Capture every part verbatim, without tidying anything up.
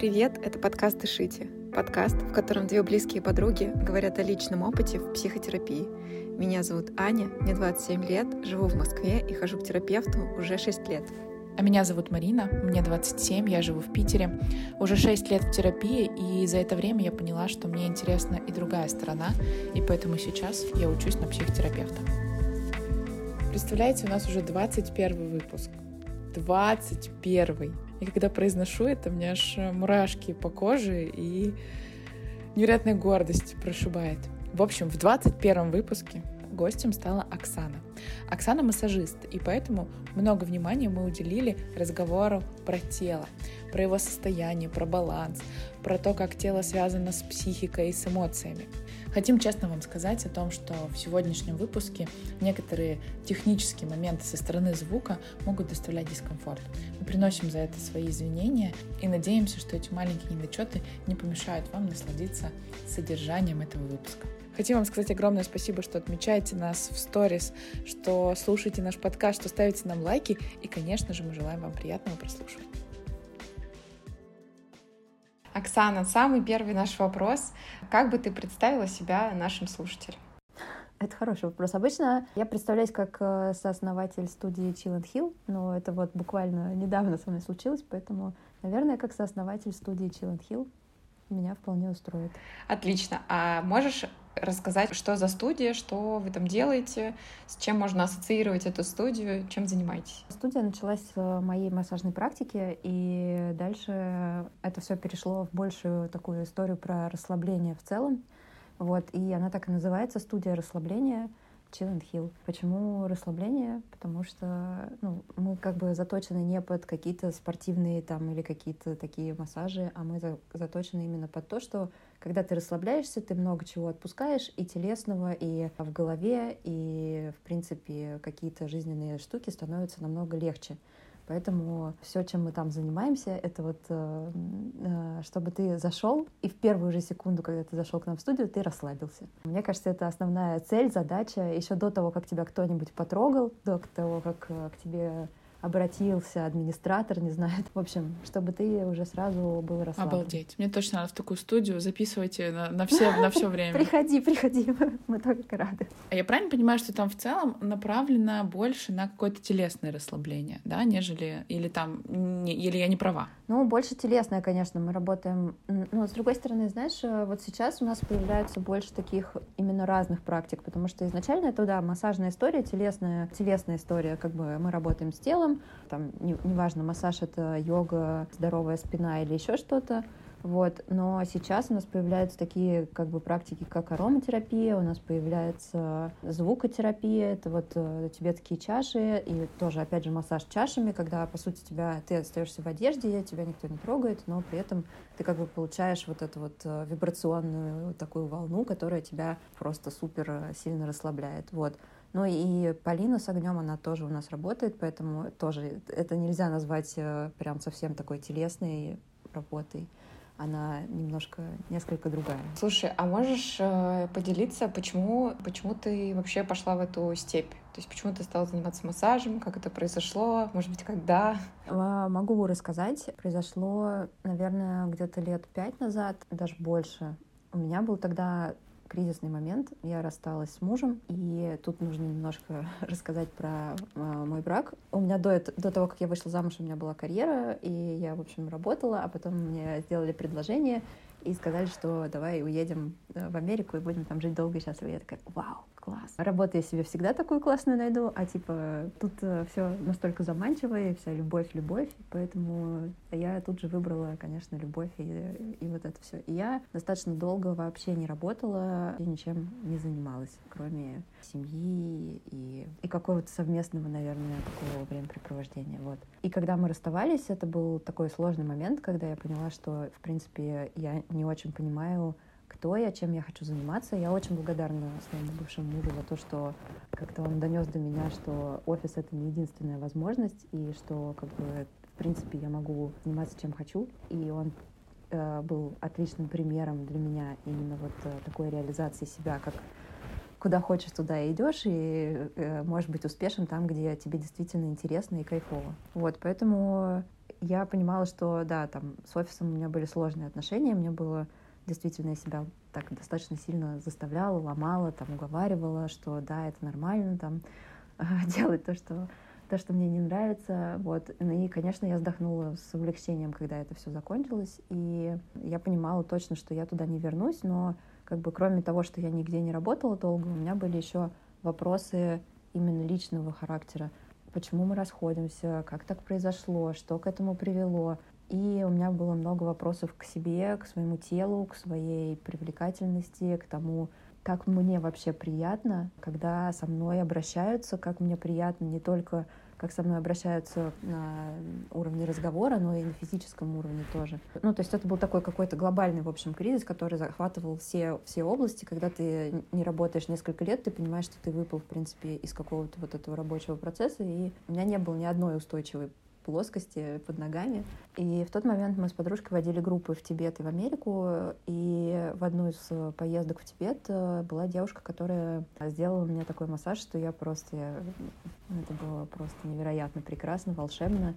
привет! Это подкаст «Дышите». Подкаст, в котором две близкие подруги говорят о личном опыте в психотерапии. Меня зовут Аня, мне двадцать семь лет, живу в Москве и хожу к терапевту уже шесть лет. А меня зовут Марина, мне двадцать семь, я живу в Питере. Уже шесть лет в терапии, и за это время я поняла, что мне интересна и другая сторона, и поэтому сейчас я учусь на психотерапевта. Представляете, у нас уже двадцать первый выпуск. двадцать первый. И когда произношу это, у меня аж мурашки по коже и невероятная гордость прошибает. В общем, в двадцать первом выпуске гостем стала Оксана. Оксана массажист, и поэтому много внимания мы уделили разговору про тело, про его состояние, про баланс, про то, как тело связано с психикой и с эмоциями. Хотим честно вам сказать о том, что в сегодняшнем выпуске некоторые технические моменты со стороны звука могут доставлять дискомфорт. Мы приносим за это свои извинения и надеемся, что эти маленькие недочеты не помешают вам насладиться содержанием этого выпуска. Хотим вам сказать огромное спасибо, что отмечаете нас в сторис, что слушаете наш подкаст, что ставите нам лайки, и, конечно же, мы желаем вам приятного прослушивания. Оксана, самый первый наш вопрос. Как бы ты представила себя нашим слушателям? Это хороший вопрос. Обычно я представляюсь как сооснователь студии Chill and Heal, но это вот буквально недавно со мной случилось, поэтому, наверное, как сооснователь студии Chill and Heal меня вполне устроит. Отлично. А можешь рассказать, что за студия, что вы там делаете, с чем можно ассоциировать эту студию, чем занимаетесь? Студия началась с моей массажной практики, и дальше это все перешло в большую такую историю про расслабление в целом. Вот, и она так и называется — студия расслабления Chill and Heal. Почему расслабление? Потому что ну, мы как бы заточены не под какие-то спортивные там или какие-то такие массажи, а мы за, заточены именно под то, что когда ты расслабляешься, ты много чего отпускаешь, и телесного, и в голове, и в принципе какие-то жизненные штуки становятся намного легче. Поэтому все, чем мы там занимаемся, это вот э, э, чтобы ты зашел, и в первую же секунду, когда ты зашел к нам в студию, ты расслабился. Мне кажется, это основная цель, задача. Еще до того, как тебя кто-нибудь потрогал, до того, как э, к тебе обратился администратор, не знаю. В общем, чтобы ты уже сразу был расслаблен. Обалдеть. Мне точно надо в такую студию. Записывайте на, на, все, на все время. Приходи, приходи. Мы только рады. А я правильно понимаю, что там в целом направлено больше на какое-то телесное расслабление, да, нежели... Или там... Не, или я не права? Ну, больше телесное, конечно. Мы работаем... Ну, с другой стороны, знаешь, вот сейчас у нас появляется больше таких именно разных практик, потому что изначально это, да, массажная история, телесная, телесная история. Как бы мы работаем с телом, там, неважно, не массаж — это йога, здоровая спина или еще что-то, вот, но сейчас у нас появляются такие, как бы, практики, как ароматерапия, у нас появляется звукотерапия, это вот э, тибетские чаши, и тоже, опять же, массаж чашами, когда, по сути, тебя, ты остаешься в одежде, тебя никто не трогает, но при этом ты, как бы, получаешь вот эту вот э, вибрационную такую волну, которая тебя просто супер сильно расслабляет, вот. Ну и Полина с огнем, она тоже у нас работает, поэтому тоже это нельзя назвать э, прям совсем такой телесной работой. Она немножко, несколько другая. Слушай, а можешь э, поделиться, почему, почему ты вообще пошла в эту степь? То есть почему ты стала заниматься массажем, как это произошло, может быть, когда? Могу рассказать. Произошло, наверное, где-то лет пять назад, даже больше. У меня был тогда кризисный момент. Я рассталась с мужем, и тут нужно немножко рассказать про э, мой брак. У меня до, это, до того, как я вышла замуж, у меня была карьера, и я, в общем, работала, а потом мне сделали предложение и сказали, что давай уедем в Америку и будем там жить долго и счастливо. Я такая: вау, класс. Работу я себе всегда такую классную найду, а типа тут все настолько заманчиво, и вся любовь, любовь, поэтому я тут же выбрала, конечно, любовь и, и вот это все. И я достаточно долго вообще не работала и ничем не занималась, кроме семьи и, и какого-то совместного, наверное, такого времяпрепровождения. Вот. И когда мы расставались, это был такой сложный момент, когда я поняла, что, в принципе, я не очень понимаю, кто я, чем я хочу заниматься. Я очень благодарна своему бывшему мужу за то, что как-то он донес до меня, что офис — это не единственная возможность, и что, как бы, в принципе, я могу заниматься чем хочу. И он э, был отличным примером для меня именно вот э, такой реализации себя, как куда хочешь, туда и идешь, и э, можешь быть успешен там, где тебе действительно интересно и кайфово. Вот, поэтому я понимала, что, да, там с офисом у меня были сложные отношения, мне было действительно, я себя так достаточно сильно заставляла, ломала, там, уговаривала, что да, это нормально, там, делать то, что, то, что мне не нравится, вот. И, конечно, я вздохнула с облегчением, когда это все закончилось, и я понимала точно, что я туда не вернусь, но как бы кроме того, что я нигде не работала долго, у меня были еще вопросы именно личного характера. Почему мы расходимся, как так произошло, что к этому привело. И у меня было много вопросов к себе, к своему телу, к своей привлекательности, к тому, как мне вообще приятно, когда со мной обращаются, как мне приятно не только как со мной обращаются на уровне разговора, но и на физическом уровне тоже. Ну, то есть это был такой какой-то глобальный, в общем, кризис, который захватывал все, все области. Когда ты не работаешь несколько лет, ты понимаешь, что ты выпал, в принципе, из какого-то вот этого рабочего процесса, и у меня не было ни одной устойчивой плоскости под ногами. И в тот момент мы с подружкой водили группы в Тибет и в Америку, и в одну из поездок в Тибет была девушка, которая сделала мне такой массаж, что я просто... Я... Это было просто невероятно прекрасно, волшебно.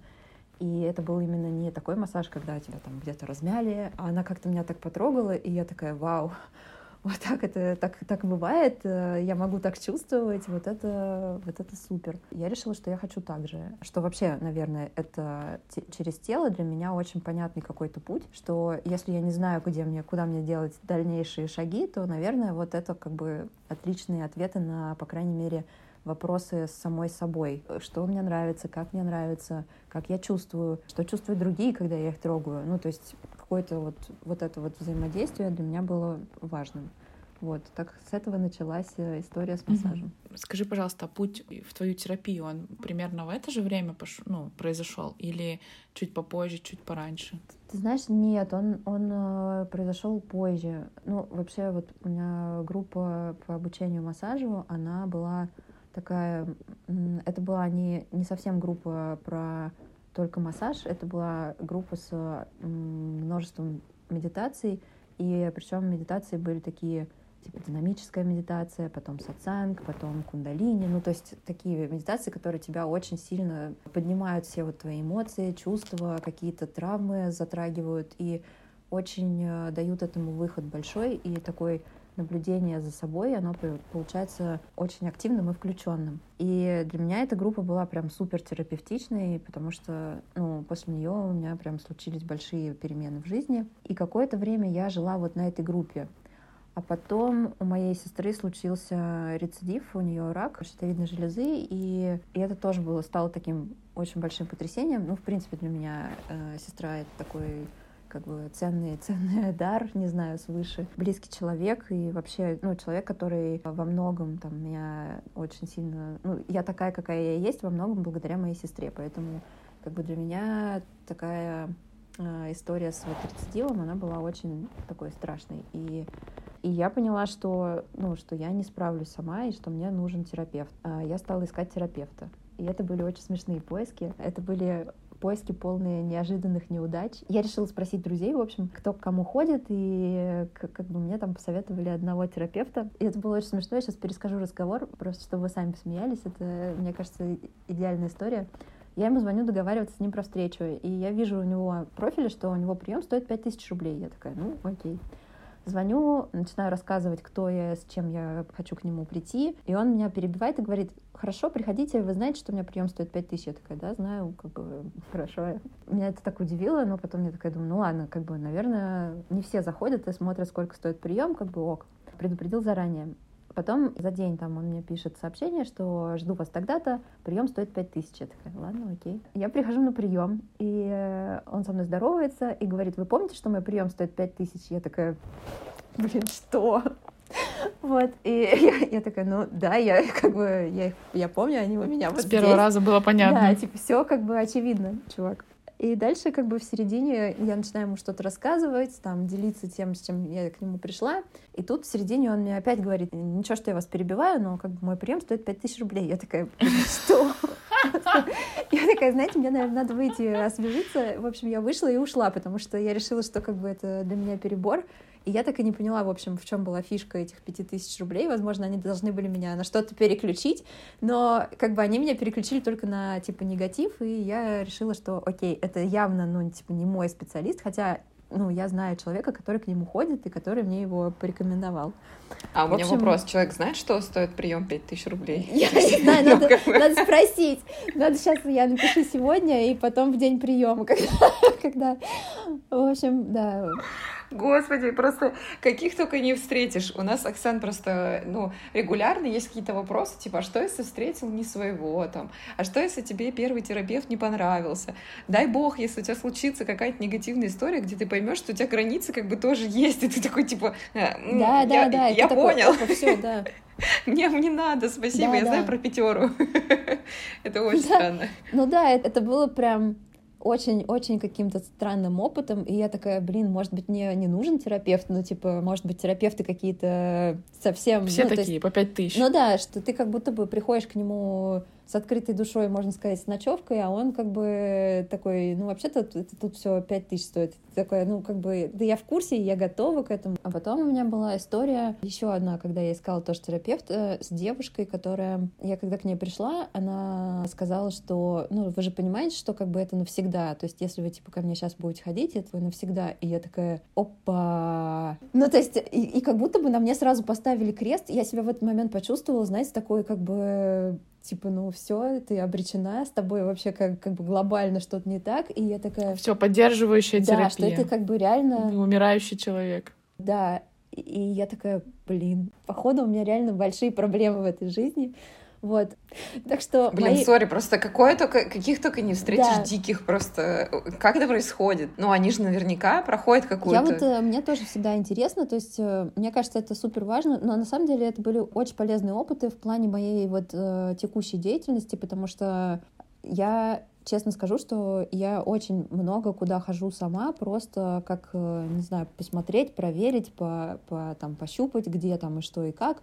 И это был именно не такой массаж, когда тебя там где-то размяли, а она как-то меня так потрогала, и я такая: вау, вот так это так, так бывает, я могу так чувствовать, вот это, вот это супер. Я решила, что я хочу так же, что вообще, наверное, это те, через тело для меня очень понятный какой-то путь, что если я не знаю, где мне, куда мне делать дальнейшие шаги, то, наверное, вот это как бы отличные ответы на, по крайней мере, вопросы с самой собой. Что мне нравится, как мне нравится, как я чувствую, что чувствуют другие, когда я их трогаю. Ну, то есть какое-то вот, вот это вот взаимодействие для меня было важным. Вот, так с этого началась история с массажем. Mm-hmm. Скажи, пожалуйста, а путь в твою терапию, он примерно в это же время пош... ну, произошел или чуть попозже, чуть пораньше? Ты знаешь, нет, он, он э, произошел позже. Ну, вообще, вот у меня группа по обучению массажу, она была такая... Это была не, не совсем группа про только массаж, это была группа с множеством медитаций, и причем медитации были такие, типа динамическая медитация, потом сатсанг, потом кундалини, ну то есть такие медитации, которые тебя очень сильно поднимают все вот твои эмоции, чувства, какие-то травмы затрагивают и очень дают этому выход большой, и такой наблюдение за собой, оно получается очень активным и включенным. И для меня эта группа была прям супер терапевтичной, потому что, ну, после нее у меня прям случились большие перемены в жизни. И какое-то время я жила вот на этой группе. А потом у моей сестры случился рецидив, у нее рак щитовидной железы, и, и это тоже было, стало таким очень большим потрясением. Ну, в принципе, для меня э, сестра — это такой как бы ценный, ценный дар, не знаю, свыше. Близкий человек и вообще, ну, человек, который во многом там меня очень сильно... Ну, я такая, какая я есть, во многом благодаря моей сестре, поэтому как бы для меня такая э, история с вот рецидивом, она была очень такой страшной. И, и я поняла, что, ну, что я не справлюсь сама и что мне нужен терапевт. А я стала искать терапевта. И это были очень смешные поиски. Это были поиски, полные неожиданных неудач. Я решила спросить друзей, в общем, кто к кому ходит, и как, как бы мне там посоветовали одного терапевта. И это было очень смешно. Я сейчас перескажу разговор, просто чтобы вы сами посмеялись. Это, мне кажется, идеальная история. Я ему звоню договариваться с ним про встречу, и я вижу у него в профиле, что у него прием стоит пять тысяч рублей. Я такая: ну, окей. Звоню, начинаю рассказывать, кто я, с чем я хочу к нему прийти, и он меня перебивает и говорит: хорошо, приходите, вы знаете, что у меня прием стоит пять тысяч? Я такая: да, знаю, как бы, хорошо. Меня это так удивило, но потом я такая думаю: ну ладно, как бы, наверное, не все заходят и смотрят, сколько стоит прием, как бы ок. Предупредил заранее. Потом за день там он мне пишет сообщение, что жду вас тогда-то, прием стоит пять тысяч. Я такая: ладно, окей. Я прихожу на прием, и он со мной здоровается и говорит: вы помните, что мой прием стоит пять тысяч? Я такая: блин, что? Вот, и я, я такая: ну да, я как бы, я, я помню, они у меня вот С первого здесь. раза было понятно. Да, типа, все как бы очевидно, чувак. И дальше как бы в середине я начинаю ему что-то рассказывать, там, делиться тем, с чем я к нему пришла. И тут в середине он мне опять говорит: ничего, что я вас перебиваю, но как бы мой прием стоит пять тысяч рублей. Я такая: что? Я такая: знаете, мне, наверное, надо выйти освежиться. В общем, я вышла и ушла, потому что я решила, что как бы это для меня перебор. И я так и не поняла, в общем, в чем была фишка этих пяти тысяч рублей. Возможно, они должны были меня на что-то переключить, но как бы они меня переключили только на, типа, негатив, и я решила, что, окей, это явно, ну, типа, не мой специалист, хотя, ну, я знаю человека, который к нему ходит и который мне его порекомендовал. А у в меня общем... вопрос. Человек знает, что стоит прием пять тысяч рублей? Я не знаю, надо, надо спросить. Надо сейчас, я напишу сегодня, и потом в день приема, когда, когда... В общем, да... Господи, просто каких только не встретишь. У нас, Оксан, просто, ну, регулярно есть какие-то вопросы, типа, а что, если встретил не своего, там, а что, если тебе первый терапевт не понравился? Дай бог, если у тебя случится какая-то негативная история, где ты поймешь, что у тебя границы как бы тоже есть, и ты такой, типа, да, я, да, да, я понял. Такой, все, да. Мне не надо, спасибо, да, я да. знаю про пятеру. Это очень да. странно. Ну да, это, это было прям... очень-очень каким-то странным опытом, и я такая, блин, может быть, мне не нужен терапевт, ну, типа, может быть, терапевты какие-то совсем... Все ну, такие, есть, по пять тысяч. Ну да, что ты как будто бы приходишь к нему с открытой душой, можно сказать, с ночевкой, а он как бы такой, ну, вообще-то это тут все пять тысяч стоит. Ты такой, ну, как бы, да я в курсе, я готова к этому. А потом у меня была история, еще одна, когда я искала тоже терапевта, с девушкой, которая, я когда к ней пришла, она сказала, что, ну, вы же понимаете, что как бы это навсегда, то есть если вы, типа, ко мне сейчас будете ходить, это вы навсегда. И я такая, опа! Ну, то есть, и, и как будто бы на мне сразу поставили крест, я себя в этот момент почувствовала, знаете, такой, как бы... типа, ну все, ты обречена, с тобой вообще как, как бы глобально что-то не так, и я такая... Все, поддерживающая терапия. Да, что это как бы реально... Умирающий человек. Да, и, и я такая, блин, походу у меня реально большие проблемы в этой жизни, вот, так что... Блин, мои... сори, просто какое только, каких только не встретишь да. диких просто... Как это происходит? Ну, они же наверняка проходят какую-то... Я вот, мне тоже всегда интересно, то есть, мне кажется, это супер важно, но на самом деле это были очень полезные опыты в плане моей вот текущей деятельности, потому что я... Честно скажу, что я очень много куда хожу сама, просто как, не знаю, посмотреть, проверить, по, по, там, пощупать, где там и что и как.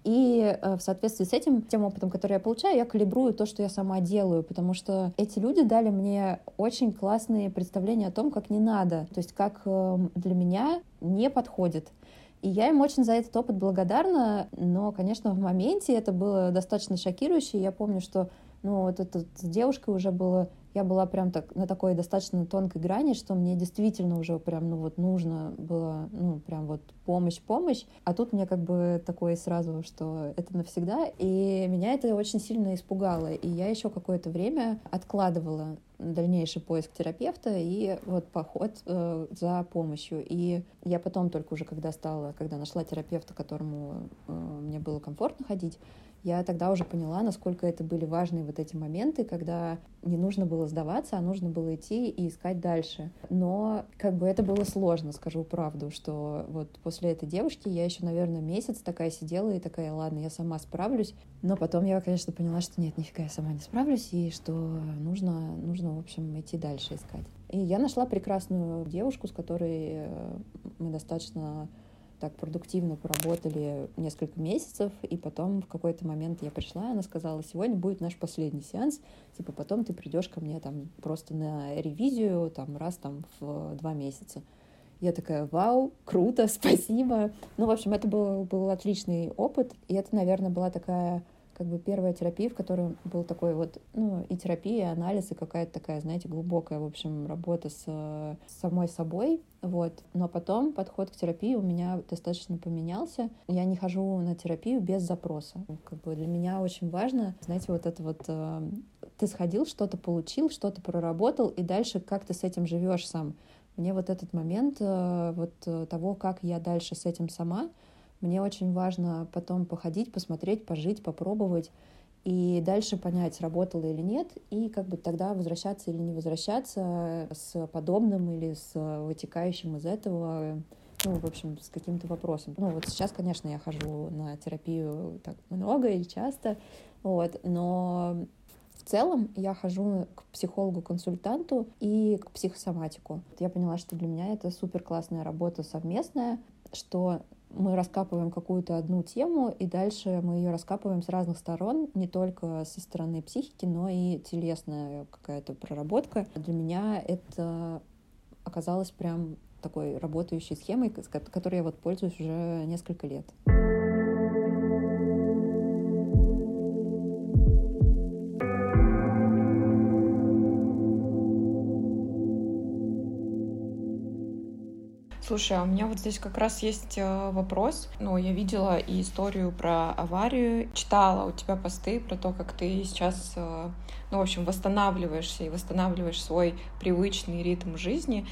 И в соответствии с этим, тем опытом, который я получаю, я калибрую то, что я сама делаю, потому что эти люди дали мне очень классные представления о том, как не надо, то есть как для меня не подходит. И я им очень за этот опыт благодарна, но, конечно, в моменте это было достаточно шокирующе. Я помню, что ну, вот это с девушкой уже было... Я была прям так, на такой достаточно тонкой грани, что мне действительно уже прям, ну вот, нужно было, ну, прям вот помощь-помощь. А тут мне как бы такое сразу, что это навсегда. И меня это очень сильно испугало. И я еще какое-то время откладывала дальнейший поиск терапевта и вот поход э, за помощью. И я потом только уже, когда стала, когда нашла терапевта, к которому э, мне было комфортно ходить, я тогда уже поняла, насколько это были важные вот эти моменты, когда не нужно было сдаваться, а нужно было идти и искать дальше. Но как бы это было сложно, скажу правду, что вот после этой девушки я еще, наверное, месяц такая сидела и такая, ладно, я сама справлюсь. Но потом я, конечно, поняла, что нет, нифига я сама не справлюсь, и что нужно, нужно, в общем, идти дальше искать. И я нашла прекрасную девушку, с которой мы достаточно... так продуктивно поработали несколько месяцев, и потом в какой-то момент я пришла, она сказала, сегодня будет наш последний сеанс, типа потом ты придешь ко мне там просто на ревизию там раз там в два месяца. Я такая, вау, круто, спасибо. Ну, в общем, это был, был отличный опыт, и это, наверное, была такая как бы первая терапия, в которой был такой вот, ну, и терапия, и анализ, и какая-то такая, знаете, глубокая, в общем, работа с, с самой собой, вот. Но потом подход к терапии у меня достаточно поменялся. Я не хожу на терапию без запроса. Как бы для меня очень важно, знаете, вот это вот, э, ты сходил, что-то получил, что-то проработал, и дальше как ты с этим живешь сам. Мне вот этот момент э, вот того, как я дальше с этим сама, мне очень важно потом походить, посмотреть, пожить, попробовать и дальше понять, работало или нет, и как бы тогда возвращаться или не возвращаться с подобным или с вытекающим из этого, ну, в общем, с каким-то вопросом. Ну, вот сейчас, конечно, я хожу на терапию так много и часто, вот, но в целом я хожу к психологу-консультанту и к психосоматику. Я поняла, что для меня это супер классная работа совместная, что мы раскапываем какую-то одну тему, и дальше мы ее раскапываем с разных сторон, не только со стороны психики, но и телесная какая-то проработка. Для меня это оказалось прям такой работающей схемой, которой я вот пользуюсь уже несколько лет. Слушай, а у меня вот здесь как раз есть вопрос. Ну, я видела и историю про аварию, читала у тебя посты про то, как ты сейчас, ну, в общем, восстанавливаешься и восстанавливаешь свой привычный ритм жизни.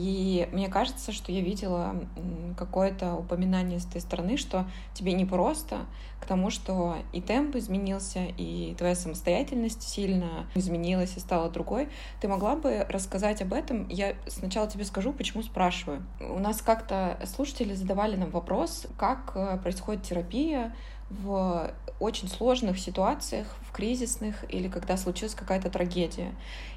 И мне кажется, что я видела какое-то упоминание с той стороны, что тебе не просто, к тому, что и темп изменился, и твоя самостоятельность сильно изменилась и стала другой. Ты могла бы рассказать об этом? Я сначала тебе скажу, почему спрашиваю. У нас как-то слушатели задавали нам вопрос, как происходит терапия в очень сложных ситуациях, в кризисных или когда случилась какая-то трагедия.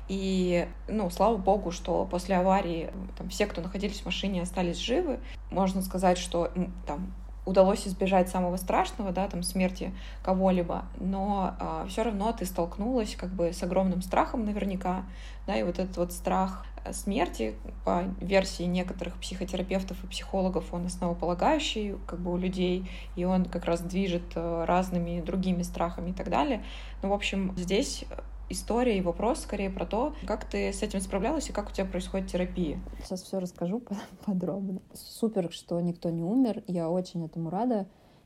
И, ну, слава богу, что после аварии там, все, кто находились в машине, остались живы. Можно сказать, что там удалось избежать самого страшного, да, там, смерти кого-либо, но э, все равно ты столкнулась как бы с огромным страхом наверняка, да, и вот этот вот страх смерти, по версии некоторых психотерапевтов и психологов, он основополагающий как бы у людей, и он как раз движет э, разными другими страхами и так далее. Ну, в общем, здесь история и вопрос скорее про то, как ты с этим справлялась и как у тебя происходит терапия. Сейчас все расскажу подробно. Супер, что никто не умер. Я очень этому рада.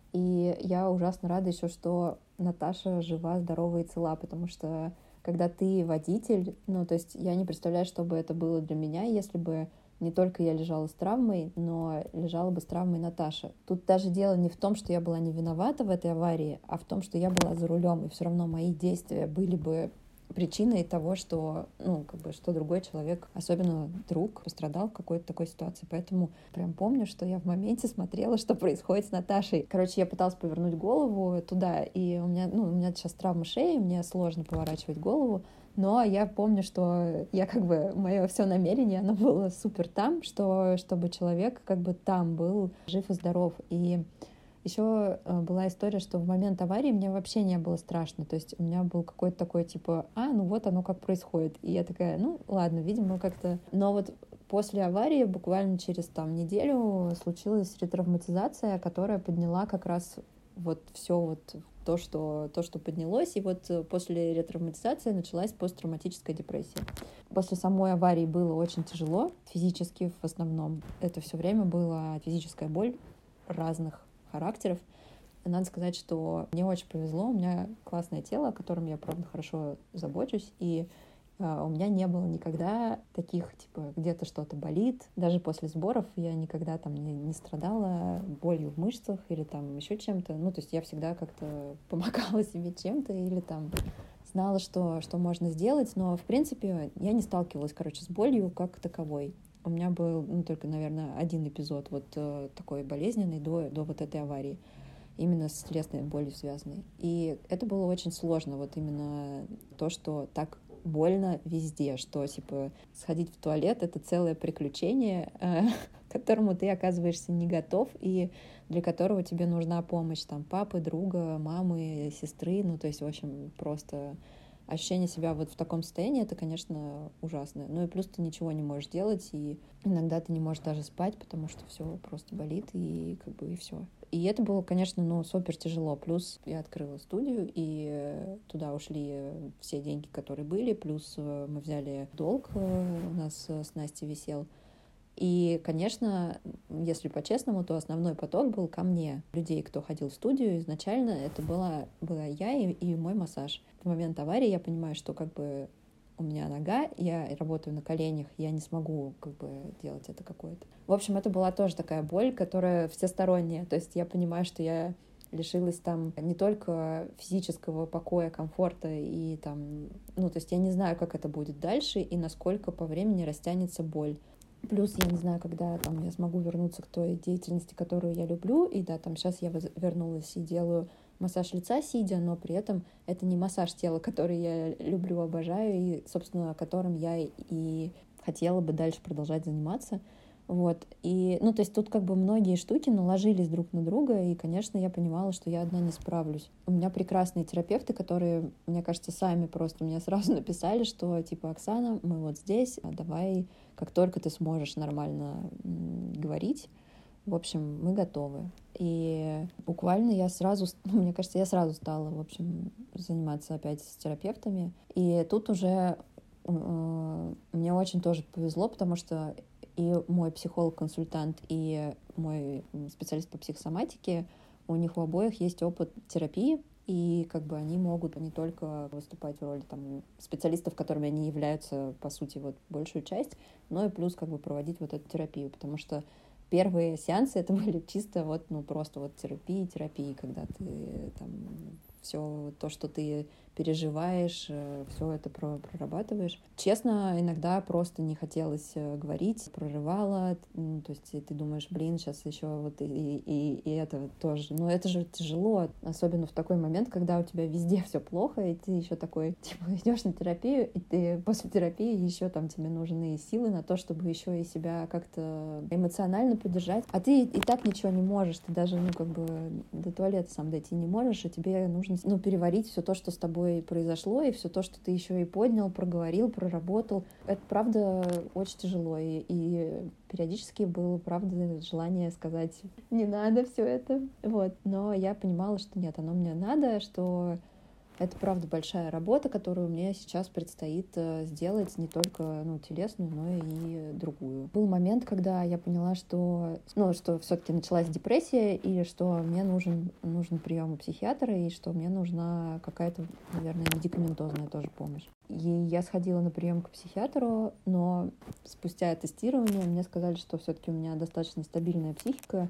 И я ужасно рада еще, что Наташа жива, здорова и цела, потому что когда ты водитель, ну, то есть я не представляю, что бы это было для меня, если бы не только я лежала с травмой, но лежала бы с травмой Наташа. Тут даже дело не в том, что я была не виновата в этой аварии, а в том, что я была за рулем, и все равно мои действия были бы причиной того, что, ну, как бы, что другой человек, особенно друг, пострадал в какой-то такой ситуации. Поэтому прям помню, что я в моменте смотрела, что происходит с Наташей. Короче, я пыталась повернуть голову туда, и у меня, ну, у меня сейчас травма шеи, мне сложно поворачивать голову, но я помню, что я как бы, мое все намерение, оно было супер там, что, чтобы человек как бы там был жив и здоров. И еще была история, что в момент аварии мне вообще не было страшно. То есть у меня был какой-то такой, типа, а, ну вот оно как происходит. И я такая, ну ладно, видимо, как-то... Но вот после аварии буквально через там неделю случилась ретравматизация, которая подняла как раз вот все вот то, что, то, что поднялось. И вот после ретравматизации началась посттравматическая депрессия. После самой аварии было очень тяжело, физически в основном. Это все время была физическая боль разных характеров. Надо сказать, что мне очень повезло, у меня классное тело, о котором я, правда, хорошо забочусь, и э, у меня не было никогда таких, типа, где-то что-то болит. Даже после сборов я никогда там не, не страдала болью в мышцах или там еще чем-то. Ну, то есть я всегда как-то помогала себе чем-то или там знала, что, что можно сделать, но, в принципе, я не сталкивалась, короче, с болью как таковой. У меня был, ну, только, наверное, один эпизод вот э, такой болезненный до, до вот этой аварии, именно с телесной болью связанной. И это было очень сложно, вот именно то, что так больно везде, что, типа, сходить в туалет — это целое приключение, э, к которому ты оказываешься не готов, и для которого тебе нужна помощь там папы, друга, мамы, сестры, ну, то есть, в общем, просто... Ощущение себя вот в таком состоянии — это, конечно, ужасно. Ну и плюс ты ничего не можешь делать, и иногда ты не можешь даже спать, потому что все просто болит, и как бы и все. И это было, конечно, ну, супер тяжело. Плюс я открыла студию, и туда ушли все деньги, которые были, плюс мы взяли долг, у нас с Настей висел. И, конечно, если по-честному, то основной поток был ко мне. Людей, кто ходил в студию, изначально это была, была я и, и мой массаж. В момент аварии я понимаю, что как бы у меня нога, я работаю на коленях, я не смогу как бы делать это какое-то. В общем, это была тоже такая боль, которая всесторонняя. То есть я понимаю, что я лишилась там не только физического покоя, комфорта и там... Ну, то есть я не знаю, как это будет дальше и насколько по времени растянется боль. Плюс я не знаю, когда там я смогу вернуться к той деятельности, которую я люблю. И да, там сейчас я вернулась и делаю массаж лица сидя, но при этом это не массаж тела, который я люблю, обожаю, и, собственно, которым я и хотела бы дальше продолжать заниматься. Вот. И, ну, то есть тут как бы многие штуки наложились друг на друга, и, конечно, я понимала, что я одна не справлюсь. У меня прекрасные терапевты, которые, мне кажется, сами просто мне сразу написали, что, типа, Оксана, мы вот здесь, а давай, как только ты сможешь нормально м, говорить, в общем, мы готовы. И буквально я сразу, ну, мне кажется, я сразу стала, в общем, заниматься опять с терапевтами. И тут уже э, мне очень тоже повезло, потому что и мой психолог-консультант, и мой специалист по психосоматике, у них у обоих есть опыт терапии, и как бы они могут не только выступать в роли там, специалистов, которыми они являются, по сути, вот большую часть, но и плюс как бы проводить вот эту терапию, потому что первые сеансы это были чисто вот, ну, просто вот терапии, терапии, когда ты там все то, что ты переживаешь, все это прорабатываешь. Честно, иногда просто не хотелось говорить, прорывала, ну, то есть ты думаешь, блин, сейчас еще вот и, и, и это тоже. Но это же тяжело, особенно в такой момент, когда у тебя везде все плохо, и ты еще такой, типа, идешь на терапию, и ты после терапии еще там тебе нужны силы на то, чтобы еще и себя как-то эмоционально поддержать. А ты и так ничего не можешь, ты даже, ну, как бы до туалета сам дойти не можешь, и тебе нужно, ну, переварить все то, что с тобой произошло, и все то, что ты еще и поднял, проговорил, проработал. Это, правда, очень тяжело. И, и периодически было, правда, желание сказать, не надо все это. Вот. Но я понимала, что нет, оно мне надо, что это, правда, большая работа, которую мне сейчас предстоит сделать не только, ну, телесную, но и другую. Был момент, когда я поняла, что, ну, что все-таки началась депрессия, и что мне нужен, нужен прием у психиатра, и что мне нужна какая-то, наверное, медикаментозная тоже помощь. И я сходила на прием к психиатру, но спустя тестирование мне сказали, что все-таки у меня достаточно стабильная психика,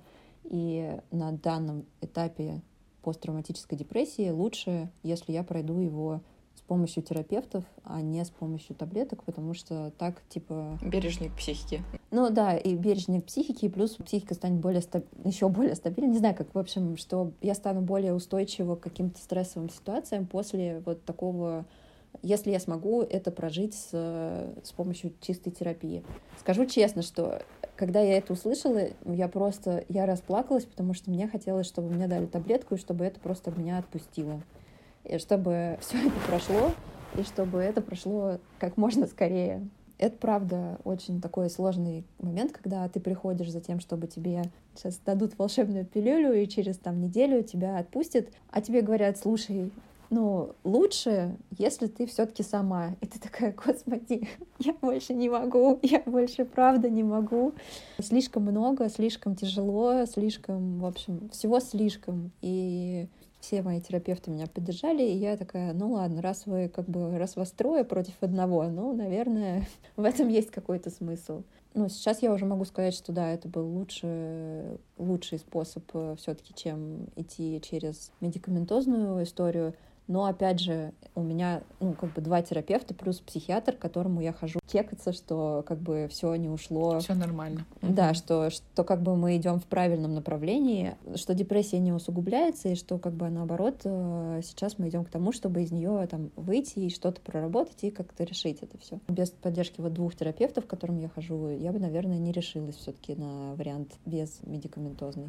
и на данном этапе посттравматической депрессии лучше, если я пройду его с помощью терапевтов, а не с помощью таблеток, потому что так, типа... Бережник психики. Ну да, и бережник психики, и плюс психика станет более стаб... еще более стабильной. Не знаю, как, в общем, что я стану более устойчива к каким-то стрессовым ситуациям после вот такого... Если я смогу это прожить с, с помощью чистой терапии. Скажу честно, что когда я это услышала, я просто, я расплакалась, потому что мне хотелось, чтобы мне дали таблетку, и чтобы это просто меня отпустило. И чтобы все это прошло, и чтобы это прошло как можно скорее. Это, правда, очень такой сложный момент, когда ты приходишь за тем, чтобы тебе сейчас дадут волшебную пилюлю, и через там неделю тебя отпустят, а тебе говорят, слушай, ну, лучше, если ты все-таки сама. И ты такая, господи, я больше не могу, я больше правда не могу. Слишком много, слишком тяжело, слишком, в общем, всего слишком. И все мои терапевты меня поддержали, и я такая, ну ладно, раз вы как бы, раз вас трое против одного, ну, наверное, в этом есть какой-то смысл. Ну, сейчас я уже могу сказать, что да, это был лучший, лучший способ все-таки, чем идти через медикаментозную историю. Но, опять же, у меня, ну, как бы два терапевта плюс психиатр, к которому я хожу чекаться, что как бы все не ушло. Все нормально. Да, mm-hmm. что, что как бы мы идем в правильном направлении, что депрессия не усугубляется, и что как бы наоборот сейчас мы идем к тому, чтобы из нее там выйти и что-то проработать и как-то решить это все. Без поддержки вот двух терапевтов, к которым я хожу, я бы, наверное, не решилась все-таки на вариант без медикаментозной.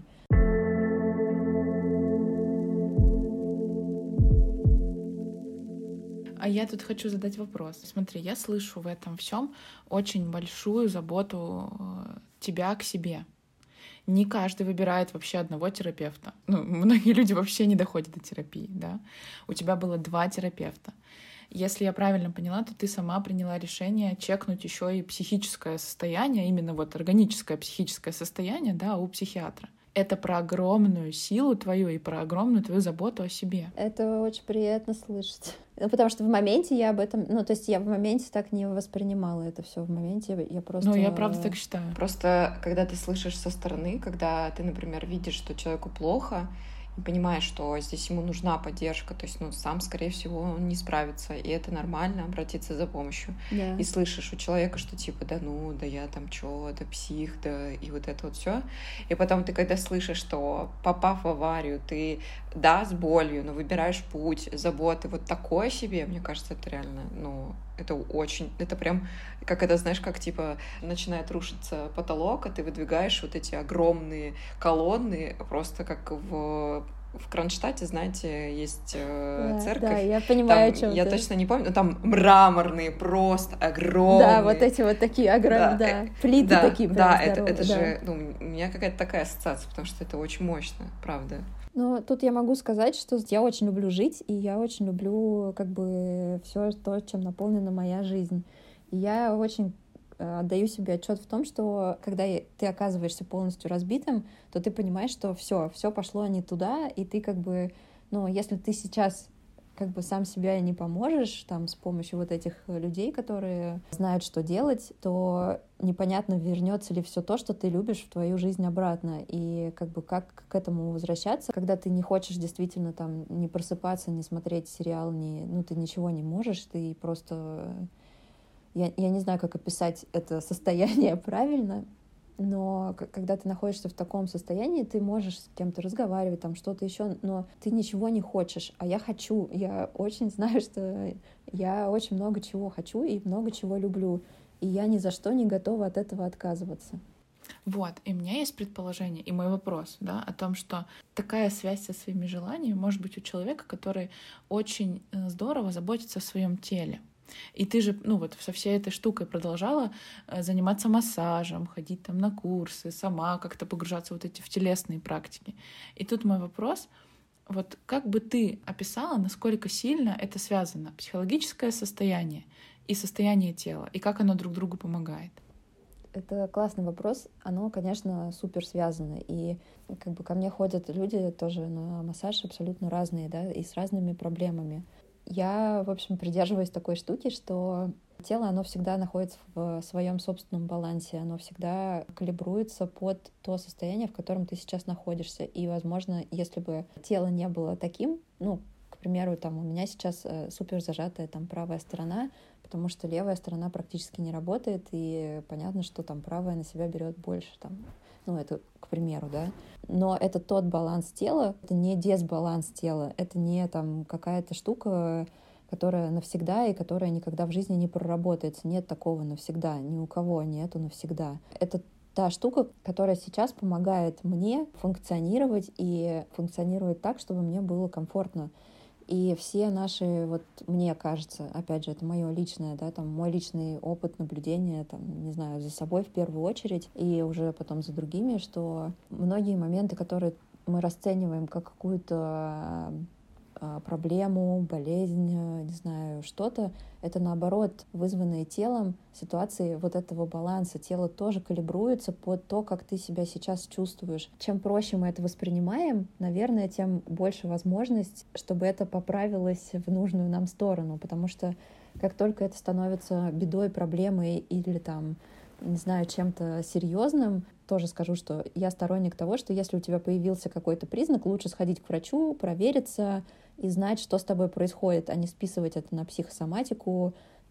А я тут хочу задать вопрос. Смотри, я слышу в этом всем очень большую заботу тебя к себе. Не каждый выбирает вообще одного терапевта. Ну, многие люди вообще не доходят до терапии, да. У тебя было два терапевта. Если я правильно поняла, то ты сама приняла решение чекнуть еще и психическое состояние, именно вот органическое психическое состояние, да, у психиатра. Это про огромную силу твою и про огромную твою заботу о себе. Это очень приятно слышать. Ну, потому что в моменте я об этом... Ну, то есть я в моменте так не воспринимала это все. В моменте я просто... Ну, я правда так считаю. Просто когда ты слышишь со стороны, когда ты, например, видишь, что человеку плохо, понимаешь, что здесь ему нужна поддержка, то есть, ну, сам, скорее всего, он не справится, и это нормально обратиться за помощью. Да. И слышишь у человека, что типа, да ну, да я там чё, да псих, да, и вот это вот все. И потом ты, когда слышишь, что попав в аварию, ты, да, с болью, но выбираешь путь, заботы, вот такое себе, мне кажется, это реально, ну, это очень, это прям, как это, знаешь, как типа начинает рушиться потолок, а ты выдвигаешь вот эти огромные колонны, просто как в в Кронштадте, знаете, есть э, Да, церковь. да, я понимаю, там, о чем я ты. точно не помню, но там мраморные, просто огромные. Да, вот эти вот такие огромные, да, да. Плиты да, такие прям да, здоровые. это, это да. же, ну, у меня какая-то такая ассоциация, потому что это очень мощно, правда. Ну, тут я могу сказать, что я очень люблю жить, и я очень люблю как бы все то, чем наполнена моя жизнь. И я очень отдаю себе отчет в том, что когда ты оказываешься полностью разбитым, то ты понимаешь, что все, все пошло не туда, и ты как бы, ну, если ты сейчас как бы сам себя не поможешь там с помощью вот этих людей, которые знают, что делать, то непонятно, вернется ли все то, что ты любишь, в твою жизнь обратно. И как бы как к этому возвращаться, когда ты не хочешь действительно там не просыпаться, не смотреть сериал, не, ну, ты ничего не можешь, ты просто... Я, я не знаю, как описать это состояние правильно, но когда ты находишься в таком состоянии, ты можешь с кем-то разговаривать, там что-то еще, но ты ничего не хочешь, а я хочу. Я очень знаю, что я очень много чего хочу и много чего люблю, и я ни за что не готова от этого отказываться. Вот, и у меня есть предположение, и мой вопрос, да, о том, что такая связь со своими желаниями может быть у человека, который очень здорово заботится о своем теле. И ты же, ну вот, со всей этой штукой продолжала заниматься массажем, ходить там на курсы, сама как-то погружаться вот эти в телесные практики. И тут мой вопрос, вот как бы ты описала, насколько сильно это связано, психологическое состояние и состояние тела, и как оно друг другу помогает? Это классный вопрос. Оно, конечно, супер связано. И как бы ко мне ходят люди тоже на массаж абсолютно разные, да, и с разными проблемами. Я, в общем, придерживаюсь такой штуки, что тело, оно всегда находится в своем собственном балансе, оно всегда калибруется под то состояние, в котором ты сейчас находишься. И, возможно, если бы тело не было таким, ну, к примеру, там у меня сейчас супер зажатая там правая сторона, потому что левая сторона практически не работает, и понятно, что там правая на себя берет больше, там, ну, это к примеру, да. Но это тот баланс тела, это не дисбаланс тела, это не там какая-то штука, которая навсегда и которая никогда в жизни не проработается. Нет такого навсегда, ни у кого нету навсегда. Это та штука, которая сейчас помогает мне функционировать и функционировать так, чтобы мне было комфортно. И все наши, вот мне кажется, опять же, это мое личное, да, там, мой личный опыт наблюдения, там, не знаю, за собой в первую очередь, и уже потом за другими, что многие моменты, которые мы расцениваем как какую-то проблему, болезнь, не знаю, что-то, это наоборот вызванные телом ситуации вот этого баланса. Тело тоже калибруется под то, как ты себя сейчас чувствуешь. Чем проще мы это воспринимаем, наверное, тем больше возможность, чтобы это поправилось в нужную нам сторону, потому что как только это становится бедой, проблемой или там, не знаю, чем-то серьезным, тоже скажу, что я сторонник того, что если у тебя появился какой-то признак, лучше сходить к врачу, провериться и знать, что с тобой происходит, а не списывать это на психосоматику,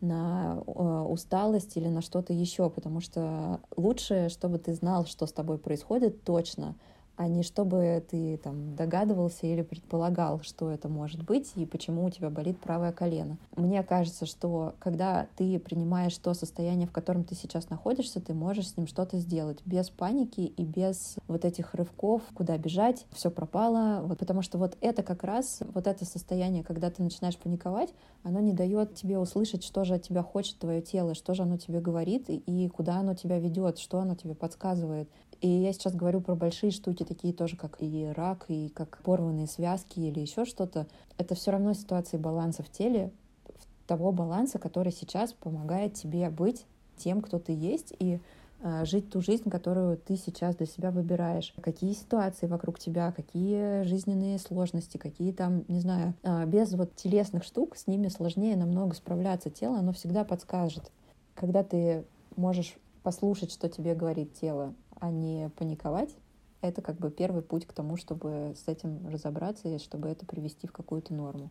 на э, усталость или на что-то еще, потому что лучше, чтобы ты знал, что с тобой происходит точно, а не чтобы ты там догадывался или предполагал, что это может быть и почему у тебя болит правое колено. Мне кажется, что когда ты принимаешь то состояние, в котором ты сейчас находишься, ты можешь с ним что-то сделать без паники и без вот этих рывков, куда бежать, все пропало. Вот, потому что вот это как раз, вот это состояние, когда ты начинаешь паниковать, оно не дает тебе услышать, что же от тебя хочет твое тело, что же оно тебе говорит и куда оно тебя ведет, что оно тебе подсказывает. И я сейчас говорю про большие штуки, такие тоже, как и рак, и как порванные связки или еще что-то. Это все равно ситуации баланса в теле, того баланса, который сейчас помогает тебе быть тем, кто ты есть, и э, жить ту жизнь, которую ты сейчас для себя выбираешь. Какие ситуации вокруг тебя, какие жизненные сложности, какие там, не знаю, э, без вот телесных штук с ними сложнее намного справляться. Тело, оно всегда подскажет. Когда ты можешь послушать, что тебе говорит тело, а не паниковать, это как бы первый путь к тому, чтобы с этим разобраться и чтобы это привести в какую-то норму.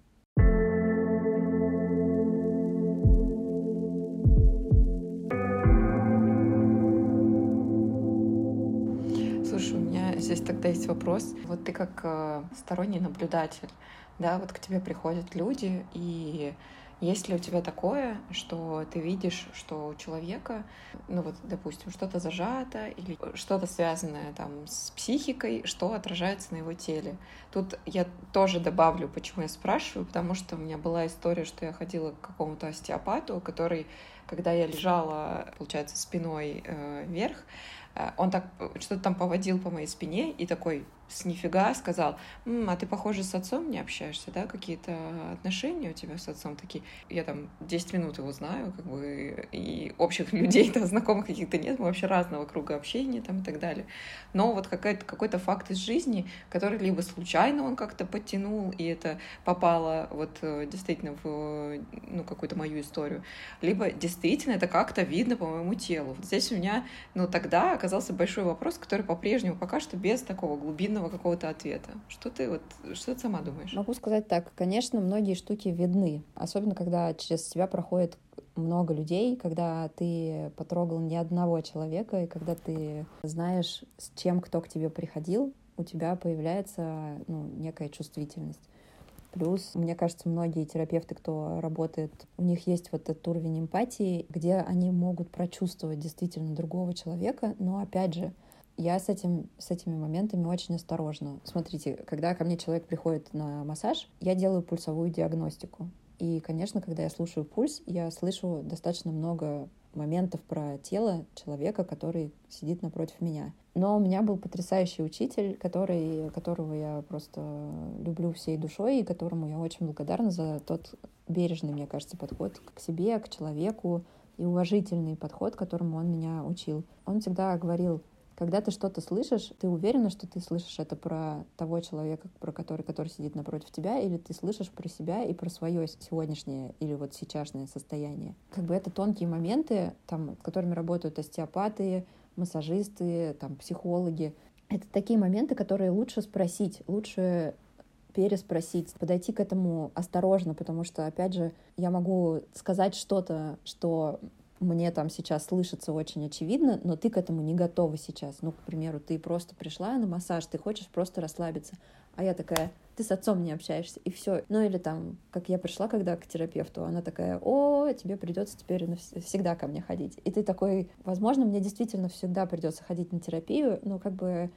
Слушай, у меня здесь тогда есть вопрос. Вот ты как э, сторонний наблюдатель, да, вот к тебе приходят люди, и есть ли у тебя такое, что ты видишь, что у человека, ну вот, допустим, что-то зажато или что-то связанное там с психикой, что отражается на его теле? Тут я тоже добавлю, почему я спрашиваю, потому что у меня была история, что я ходила к какому-то остеопату, который, когда я лежала, получается, спиной э, вверх, он так что-то там поводил по моей спине и такой с нифига сказал: М, а ты, похоже, с отцом не общаешься, да? Какие-то отношения у тебя с отцом такие? Я там десять минут его знаю, как бы, и общих людей-то, знакомых каких-то нет, мы вообще разного круга общения там и так далее. Но вот какой-то, какой-то факт из жизни, который либо случайно он как-то подтянул, и это попало вот действительно в, ну, какую-то мою историю, либо действительно это как-то видно по моему телу. Вот здесь у меня, ну, тогда оказался большой вопрос, который по-прежнему пока что без такого глубинного какого-то ответа. Что ты вот, что ты сама думаешь? Могу сказать так. Конечно, многие штуки видны. Особенно, когда через тебя проходит много людей, когда ты потрогал не одного человека, и когда ты знаешь, с чем кто к тебе приходил, у тебя появляется, ну, некая чувствительность. Плюс, мне кажется, многие терапевты, кто работает, у них есть вот этот уровень эмпатии, где они могут прочувствовать действительно другого человека, но, опять же, я с, этим, с этими моментами очень осторожна. Смотрите, когда ко мне человек приходит на массаж, я делаю пульсовую диагностику. И, конечно, когда я слушаю пульс, я слышу достаточно много моментов про тело человека, который сидит напротив меня. Но у меня был потрясающий учитель, который, которого я просто люблю всей душой, и которому я очень благодарна за тот бережный, мне кажется, подход к себе, к человеку, и уважительный подход, которому он меня учил. Он всегда говорил: когда ты что-то слышишь, ты уверена, что ты слышишь это про того человека, про который, который сидит напротив тебя, или ты слышишь про себя и про свое сегодняшнее или вот сейчасшнее состояние. Как бы это тонкие моменты, там, с которыми работают остеопаты, массажисты, там, психологи. Это такие моменты, которые лучше спросить, лучше переспросить, подойти к этому осторожно, потому что, опять же, я могу сказать что-то, что мне там сейчас слышится очень очевидно, но ты к этому не готова сейчас. Ну, к примеру, ты просто пришла на массаж, ты хочешь просто расслабиться, а я такая: ты с отцом не общаешься, и все. Ну, или там, как я пришла когда к терапевту, она такая: о, тебе придется теперь всегда ко мне ходить. И ты такой: возможно, мне действительно всегда придется ходить на терапию, но как бы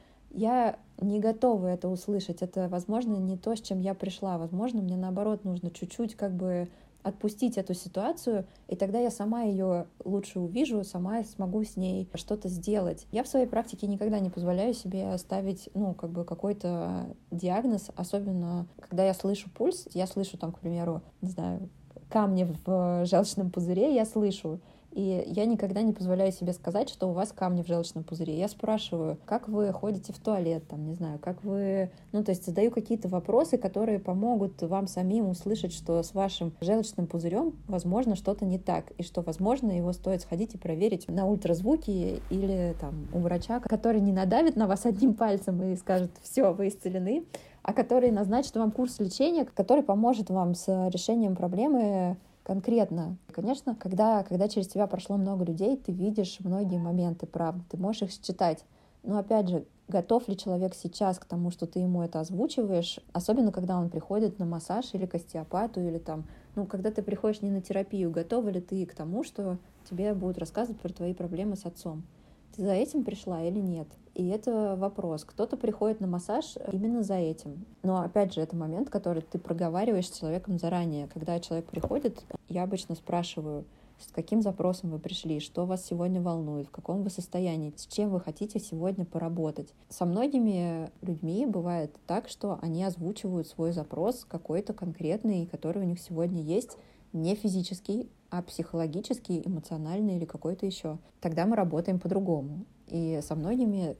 я не готова это услышать. Это, возможно, не то, с чем я пришла. Возможно, мне, наоборот, нужно чуть-чуть как бы отпустить эту ситуацию, и тогда я сама ее лучше увижу, сама смогу с ней что-то сделать. Я в своей практике никогда не позволяю себе ставить, ну, как бы какой-то диагноз, особенно когда я слышу пульс, я слышу там, к примеру, не знаю, камни в желчном пузыре, я слышу. И я никогда не позволяю себе сказать, что у вас камни в желчном пузыре. Я спрашиваю: как вы ходите в туалет, там, не знаю, как вы... Ну, то есть задаю какие-то вопросы, которые помогут вам самим услышать, что с вашим желчным пузырем, возможно, что-то не так, и что, возможно, его стоит сходить и проверить на ультразвуке или там у врача, который не надавит на вас одним пальцем и скажет: все, вы исцелены, а который назначит вам курс лечения, который поможет вам с решением проблемы конкретно. Конечно, когда, когда через тебя прошло много людей, ты видишь многие моменты, правда, ты можешь их считать. Но опять же, готов ли человек сейчас к тому, что ты ему это озвучиваешь, особенно когда он приходит на массаж или к остеопату, или там, ну, когда ты приходишь не на терапию, готова ли ты к тому, что тебе будут рассказывать про твои проблемы с отцом? Ты за этим пришла или нет? И это вопрос. Кто-то приходит на массаж именно за этим. Но, опять же, это момент, который ты проговариваешь с человеком заранее. Когда человек приходит, я обычно спрашиваю: с каким запросом вы пришли, что вас сегодня волнует, в каком вы состоянии, с чем вы хотите сегодня поработать. Со многими людьми бывает так, что они озвучивают свой запрос какой-то конкретный, который у них сегодня есть, не физический, а психологический, эмоциональный или какой-то еще. Тогда мы работаем по-другому. И со многими,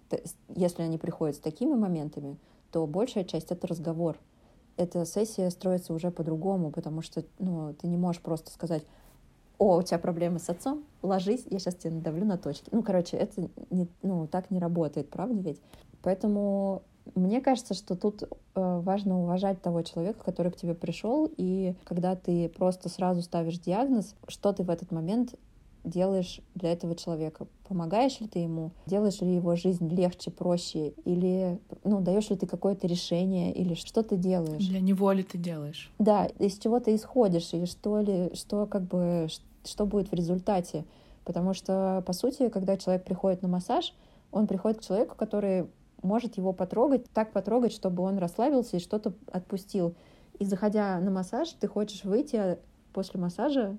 если они приходят с такими моментами, то большая часть — это разговор. Эта сессия строится уже по-другому, потому что, ну, ты не можешь просто сказать: о, у тебя проблемы с отцом, ложись, я сейчас тебе надавлю на точки. Ну, короче, это не, ну, так не работает, правда ведь? Поэтому мне кажется, что тут э, важно уважать того человека, который к тебе пришел, и когда ты просто сразу ставишь диагноз, что ты в этот момент делаешь для этого человека? Помогаешь ли ты ему? Делаешь ли его жизнь легче, проще? Или, ну, даешь ли ты какое-то решение? Или что ты делаешь? Для него ли ты делаешь? Да, из чего ты исходишь? И что ли, что как бы, что будет в результате? Потому что, по сути, когда человек приходит на массаж, он приходит к человеку, который может его потрогать, так потрогать, чтобы он расслабился и что-то отпустил. И заходя на массаж, ты хочешь выйти после массажа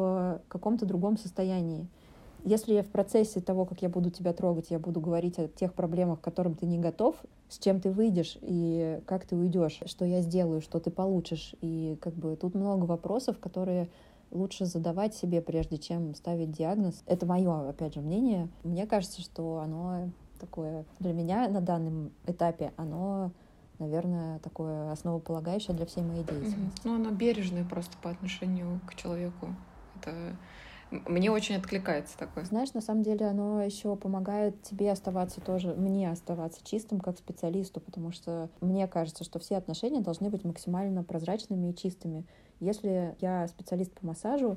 в каком-то другом состоянии. Если я в процессе того, как я буду тебя трогать, я буду говорить о тех проблемах, к которым ты не готов, с чем ты выйдешь и как ты уйдешь, что я сделаю, что ты получишь. И как бы тут много вопросов, которые лучше задавать себе, прежде чем ставить диагноз. Это мое, опять же, мнение. Мне кажется, что оно такое для меня на данном этапе, оно, наверное, такое основополагающее для всей моей деятельности. Ну, оно бережное просто по отношению к человеку. Это мне очень откликается такое. Знаешь, на самом деле оно еще помогает тебе оставаться тоже, мне оставаться чистым как специалисту, потому что мне кажется, что все отношения должны быть максимально прозрачными и чистыми. Если я специалист по массажу,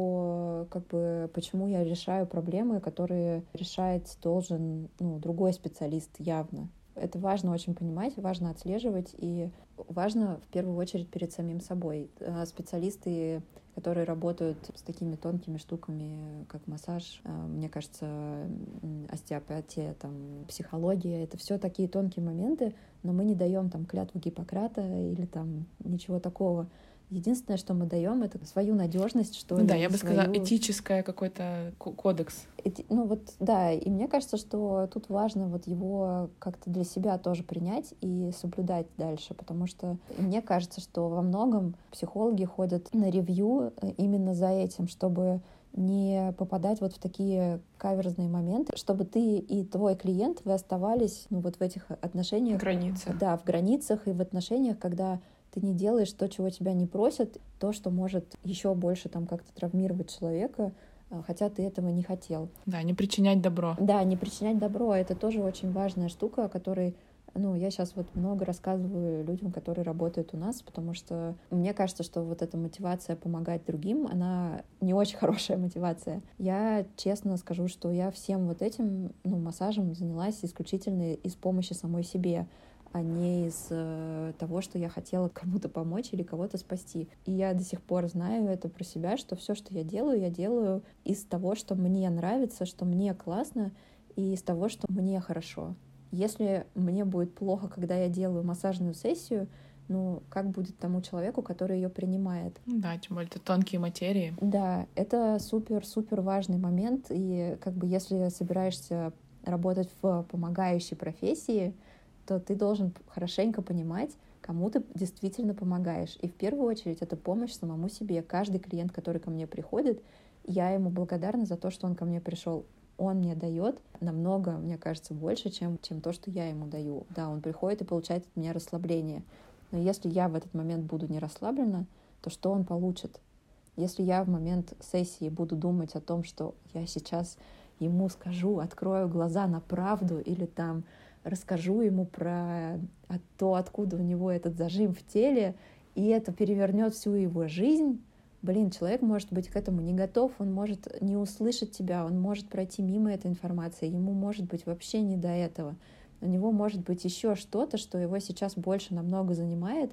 то как бы почему я решаю проблемы, которые решать должен, ну, другой специалист явно. Это важно очень понимать, важно отслеживать, и важно в первую очередь перед самим собой. Специалисты, которые работают с такими тонкими штуками, как массаж, мне кажется, остеопатия, там, психология, это все такие тонкие моменты, но мы не даем там клятву Гиппократа или там ничего такого. Единственное, что мы даем, это свою надежность, что ли. Да, я бы свою... сказала, этическое какой-то кодекс. Эти... Ну вот, да, и мне кажется, что тут важно вот его как-то для себя тоже принять и соблюдать дальше, потому что мне кажется, что во многом психологи ходят на ревью именно за этим, чтобы не попадать вот в такие каверзные моменты, чтобы ты и твой клиент, вы оставались, ну, вот в этих отношениях. Границы. Да, в границах и в отношениях, когда ты не делаешь то, чего тебя не просят, то, что может еще больше там как-то травмировать человека, хотя ты этого не хотел. Да, не причинять добро. Да, не причинять добро. Это тоже очень важная штука, о которой, ну, я сейчас вот много рассказываю людям, которые работают у нас, потому что мне кажется, что вот эта мотивация помогать другим, она не очень хорошая мотивация. Я честно скажу, что я всем вот этим, ну, массажем занялась исключительно из помощи самой себе, а не из э, того, что я хотела кому-то помочь или кого-то спасти. И я до сих пор знаю это про себя, что все, что я делаю, я делаю из того, что мне нравится, что мне классно, и из того, что мне хорошо. Если мне будет плохо, когда я делаю массажную сессию, ну, как будет тому человеку, который ее принимает? Да, тем более это тонкие материи. Да, это супер-супер важный момент, и как бы если собираешься работать в помогающей профессии, то ты должен хорошенько понимать, кому ты действительно помогаешь. И в первую очередь это помощь самому себе. Каждый клиент, который ко мне приходит, я ему благодарна за то, что он ко мне пришел. Он мне дает намного, мне кажется, больше, чем, чем то, что я ему даю. Да, он приходит и получает от меня расслабление. Но если я в этот момент буду не расслаблена, то что он получит? Если я в момент сессии буду думать о том, что я сейчас ему скажу, открою глаза на правду или там расскажу ему про то, откуда у него этот зажим в теле, и это перевернет всю его жизнь, блин, человек может быть к этому не готов, он может не услышать тебя, он может пройти мимо этой информации, ему может быть вообще не до этого. У него может быть еще что-то, что его сейчас больше намного занимает,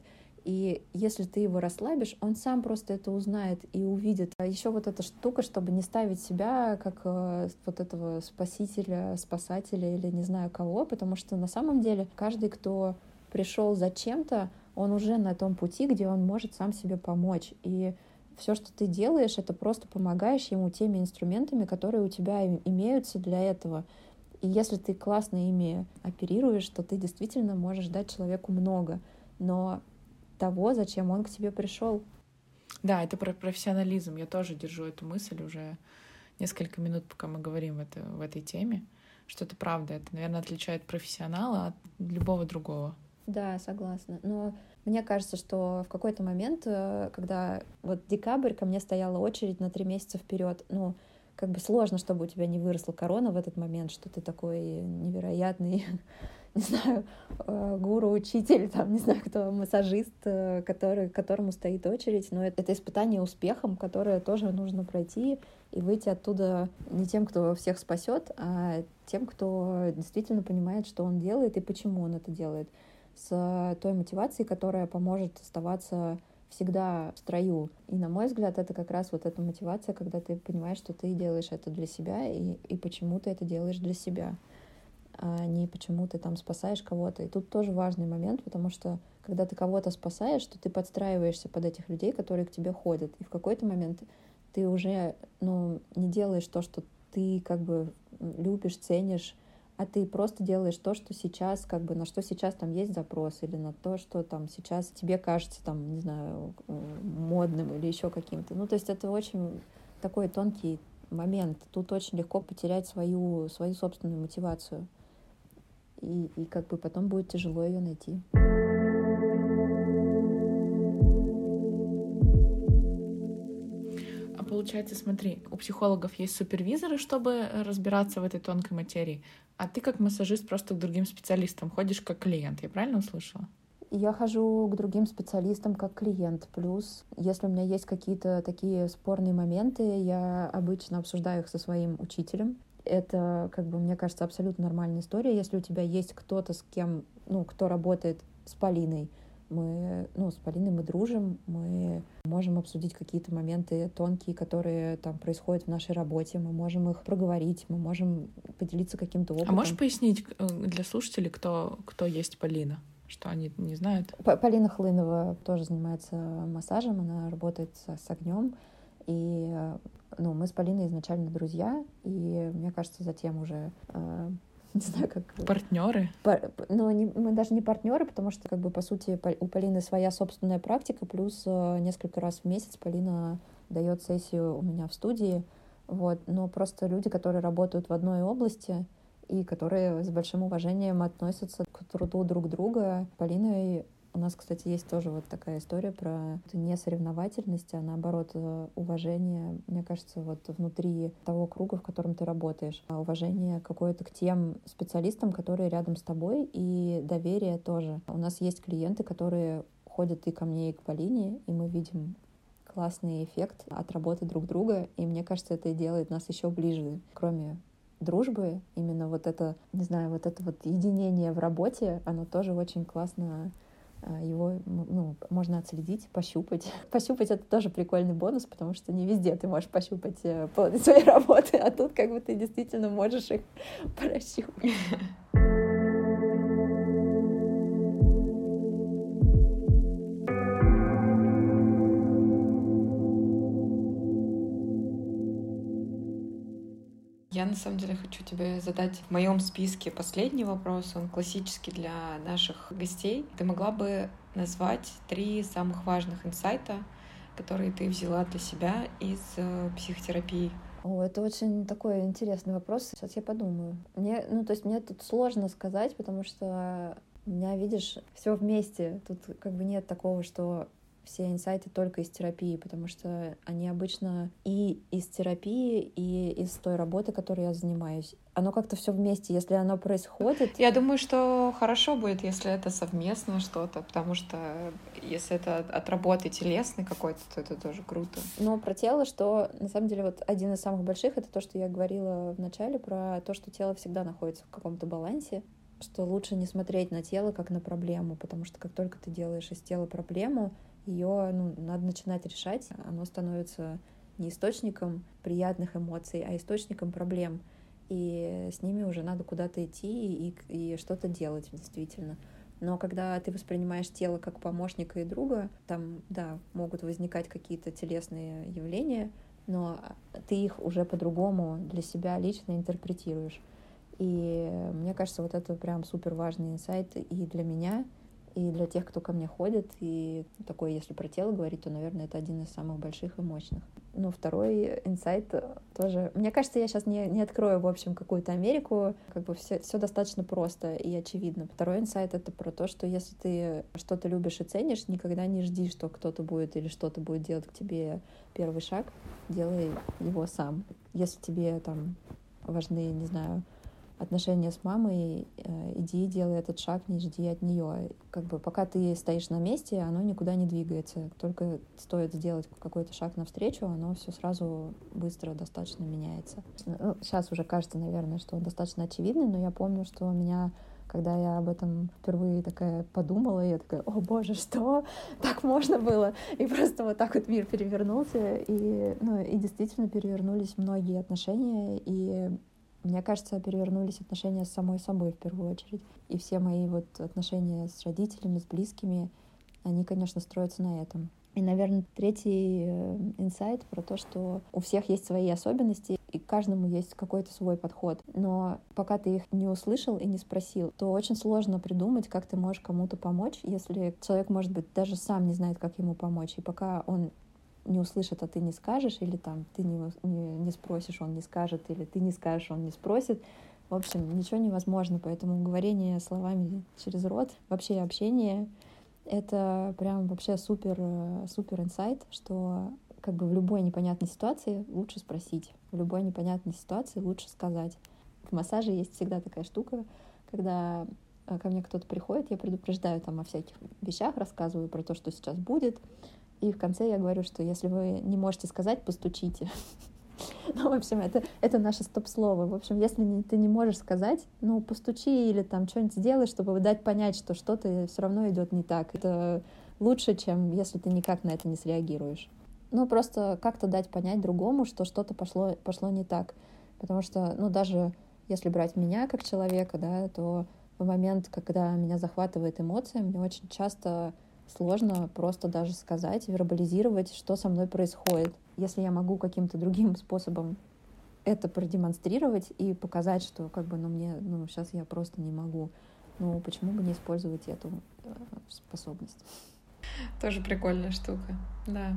и если ты его расслабишь, он сам просто это узнает и увидит. А еще вот эта штука, чтобы не ставить себя как э, вот этого спасителя, спасателя или не знаю кого, потому что на самом деле каждый, кто пришел за чем-то, он уже на том пути, где он может сам себе помочь. И все, что ты делаешь, это просто помогаешь ему теми инструментами, которые у тебя имеются для этого. И если ты классно ими оперируешь, то ты действительно можешь дать человеку много. Но того, зачем он к тебе пришел. Да, это про профессионализм. Я тоже держу эту мысль уже несколько минут, пока мы говорим это, в этой теме, что это правда. Это, наверное, отличает профессионала от любого другого. Да, согласна. Но Мне кажется, что в какой-то момент, когда вот декабрь, ко мне стояла очередь на три месяца вперед, ну, как бы сложно, чтобы у тебя не выросла корона в этот момент, что ты такой невероятный, не знаю, гуру, учитель, там, не знаю, кто, массажист, который, к которому стоит очередь. Но это, это испытание успехом, которое тоже нужно пройти и выйти оттуда не тем, кто всех спасет, а тем, кто действительно понимает, что он делает и почему он это делает. С той мотивацией, которая поможет оставаться всегда в строю. И, на мой взгляд, это как раз вот эта мотивация, когда ты понимаешь, что ты делаешь это для себя, и, и почему ты это делаешь для себя, а не почему ты там спасаешь кого-то. И тут тоже важный момент, потому что когда ты кого-то спасаешь, то ты подстраиваешься под этих людей, которые к тебе ходят. И в какой-то момент ты уже, ну, не делаешь то, что ты как бы любишь, ценишь, а ты просто делаешь то, что сейчас, как бы, на что сейчас там есть запрос, или на то, что там сейчас тебе кажется, там, не знаю, модным или еще каким-то. Ну, то есть это очень такой тонкий момент. Тут очень легко потерять свою, свою собственную мотивацию. И, и как бы потом будет тяжело ее найти. Получается, смотри, у психологов есть супервизоры, чтобы разбираться в этой тонкой материи, а ты как массажист просто к другим специалистам ходишь как клиент. Я правильно услышала? Я хожу к другим специалистам как клиент. Плюс, если у меня есть какие-то такие спорные моменты, я обычно обсуждаю их со своим учителем. Это, как бы, мне кажется, абсолютно нормальная история. Если у тебя есть кто-то, с кем, ну, кто работает с Полиной, мы, ну, с Полиной мы дружим, мы можем обсудить какие-то моменты тонкие, которые там происходят в нашей работе, мы можем их проговорить, мы можем поделиться каким-то опытом. А можешь пояснить для слушателей, кто, кто есть Полина? Что они не знают? Полина Хлынова тоже занимается массажем, она работает с огнем, и, ну, мы с Полиной изначально друзья, и, мне кажется, затем уже... Не знаю, как... Партнеры? Пар... Ну, не... мы даже не партнеры, потому что, как бы, по сути, у Полины своя собственная практика, плюс несколько раз в месяц Полина дает сессию у меня в студии. Вот. Но просто люди, которые работают в одной области и которые с большим уважением относятся к труду друг друга. Полиной у нас, кстати, есть тоже вот такая история про не соревновательность, а наоборот уважение, мне кажется, вот внутри того круга, в котором ты работаешь. Уважение какое-то к тем специалистам, которые рядом с тобой, и доверие тоже. У нас есть клиенты, которые ходят и ко мне, и к Полине, и мы видим классный эффект от работы друг друга, и мне кажется, это делает нас еще ближе, кроме дружбы, именно вот это, не знаю, вот это вот единение в работе, оно тоже очень классно. Его, ну, можно отследить, пощупать. Пощупать — это тоже прикольный бонус, потому что не везде ты можешь пощупать плоды своей работы, а тут как бы ты действительно можешь их прощупать. Я, на самом деле, хочу тебе задать в моем списке последний вопрос. Он классический для наших гостей. Ты могла бы назвать три самых важных инсайта, которые ты взяла для себя из психотерапии? О, это очень такой интересный вопрос. Сейчас я подумаю. Мне, ну, то есть мне тут сложно сказать, потому что у меня, видишь, все вместе. Тут как бы нет такого, что все инсайты только из терапии, потому что они обычно и из терапии, и из той работы, которой я занимаюсь. Оно как-то все вместе, если оно происходит. Я думаю, что хорошо будет, если это совместно что-то, потому что если это от работы телесной какой-то, то это тоже круто. Но про тело, что на самом деле вот один из самых больших, это то, что я говорила в начале, про то, что тело всегда находится в каком-то балансе, что лучше не смотреть на тело как на проблему, потому что как только ты делаешь из тела проблему, ее, ну, надо начинать решать. Оно становится не источником приятных эмоций, а источником проблем. И с ними уже надо куда-то идти и, и что-то делать действительно. Но когда ты воспринимаешь тело как помощника и друга, там, да, могут возникать какие-то телесные явления, но ты их уже по-другому для себя лично интерпретируешь. И мне кажется, вот это прям супер важный инсайт и для меня, И для тех, кто ко мне ходит, и такой, если про тело говорить, то, наверное, это один из самых больших и мощных. Ну, второй инсайт тоже... Мне кажется, я сейчас не, не открою, в общем, какую-то Америку. Как бы все, все достаточно просто и очевидно. Второй инсайт — это про то, что если ты что-то любишь и ценишь, никогда не жди, что кто-то будет или что-то будет делать к тебе первый шаг. Делай его сам. Если тебе там важны, не знаю, отношения с мамой, иди делай этот шаг, не жди от нее. Как бы пока ты стоишь на месте, оно никуда не двигается. Только стоит сделать какой-то шаг навстречу, оно все сразу быстро достаточно меняется. Ну, сейчас уже кажется, наверное, что он достаточно очевидный, но я помню, что у меня, когда я об этом впервые такая подумала, я такая: о боже, что? Так можно было? И просто вот так вот мир перевернулся. И, ну, и действительно перевернулись многие отношения, и мне кажется, перевернулись отношения с самой собой в первую очередь. И все мои вот отношения с родителями, с близкими, они, конечно, строятся на этом. И, наверное, третий инсайт про то, что у всех есть свои особенности, и каждому есть какой-то свой подход. Но пока ты их не услышал и не спросил, то очень сложно придумать, как ты можешь кому-то помочь, если человек, может быть, даже сам не знает, как ему помочь. И пока он не услышит, а ты не скажешь, или там ты не, не, не спросишь, он не скажет, или ты не скажешь, он не спросит. В общем, ничего невозможно, поэтому говорение словами через рот, вообще общение — это прям вообще супер, супер инсайт, что как бы в любой непонятной ситуации лучше спросить, в любой непонятной ситуации лучше сказать. В массаже есть всегда такая штука, когда ко мне кто-то приходит, я предупреждаю там о всяких вещах, рассказываю про то, что сейчас будет, и в конце я говорю, что если вы не можете сказать, постучите. Ну, в общем, это, это наше стоп-слово. В общем, если не, ты не можешь сказать, ну, постучи или там что-нибудь сделай, чтобы дать понять, что что-то все равно идет не так. Это лучше, чем если ты никак на это не среагируешь. Ну, просто как-то дать понять другому, что что-то пошло, пошло не так. Потому что, ну, даже если брать меня как человека, да, то в момент, когда меня захватывает эмоция, мне очень часто сложно просто даже сказать, вербализировать, что со мной происходит. Если я могу каким-то другим способом это продемонстрировать и показать, что как бы, ну, мне, ну, сейчас я просто не могу, ну, почему бы не использовать эту э, способность? Тоже прикольная штука, да.